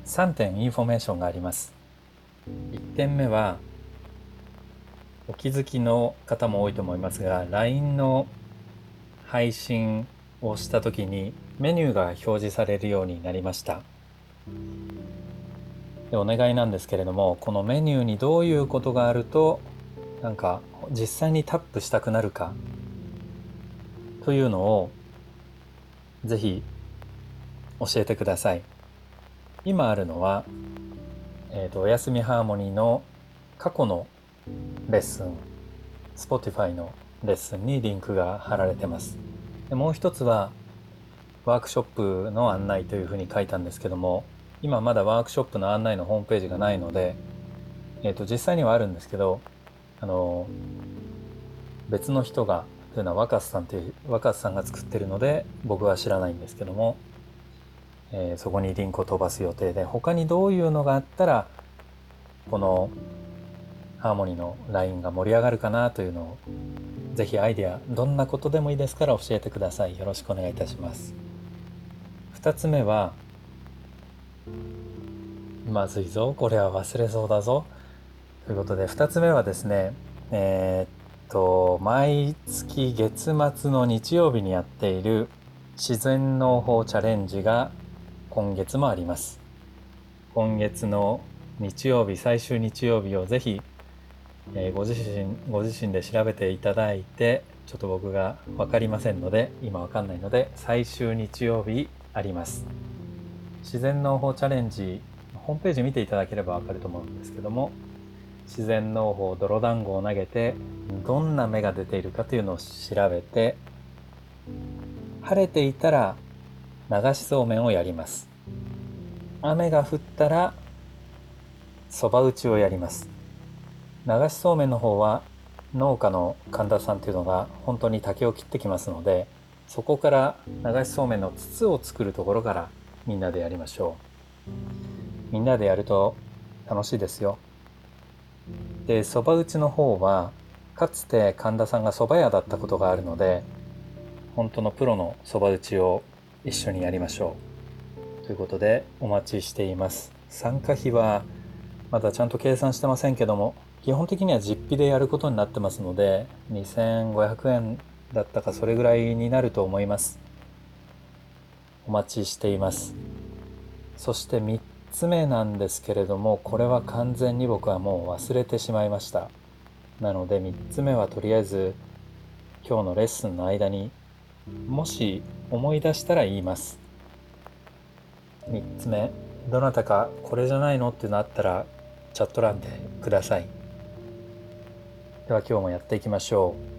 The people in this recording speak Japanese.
3点インフォメーションがあります。1点目は、お気づきの方も多いと思いますが、LINE の配信をした時にメニューが表示されるようになりました。で、お願いなんですけれども、このメニューにどういうことがあると、実際にタップしたくなるかというのをぜひ教えてください。今あるのは、おやすみハーモニーの過去のレッスン、Spotify のレッスンにリンクが貼られてます。で、もう一つはワークショップの案内というふうに書いたんですけども、今まだワークショップの案内のホームページがないので、実際にはあるんですけど、別の人がというのは若狭さんが作ってるので僕は知らないんですけども、そこにリンクを飛ばす予定で、他にどういうのがあったらこのハーモニーのラインが盛り上がるかなというのを、ぜひアイデア、どんなことでもいいですから教えてください。よろしくお願いいたします。2つ目は、まずいぞ、これは忘れそうだぞということで、2つ目はですね、毎月月末の日曜日にやっている自然農法チャレンジが今月もあります。今月の日曜日、最終日曜日をぜひ、ご自身で調べていただいて、ちょっと僕が分かりませんので、今分かんないので、最終日曜日あります。自然農法チャレンジ、ホームページ見ていただければ分かると思うんですけども、自然農法泥団子を投げてどんな芽が出ているかというのを調べて、晴れていたら流しそうめんをやります。雨が降ったらそば打ちをやります。流しそうめんの方は農家の神田さんというのが本当に竹を切ってきますので、そこから流しそうめんの筒を作るところからみんなでやりましょう。みんなでやると楽しいですよ。で、そば打ちの方はかつて神田さんがそば屋だったことがあるので、本当のプロのそば打ちを一緒にやりましょうということでお待ちしています。参加費はまだちゃんと計算してませんけども、基本的には実費でやることになってますので、2500円だったかそれぐらいになると思います。お待ちしています。そして3つ目なんですけれども、これは完全に僕はもう忘れてしまいました。なので3つ目はとりあえず今日のレッスンの間にもし思い出したら言います。3つ目、どなたかこれじゃないのっていうのあったらチャット欄でください。では今日もやっていきましょう。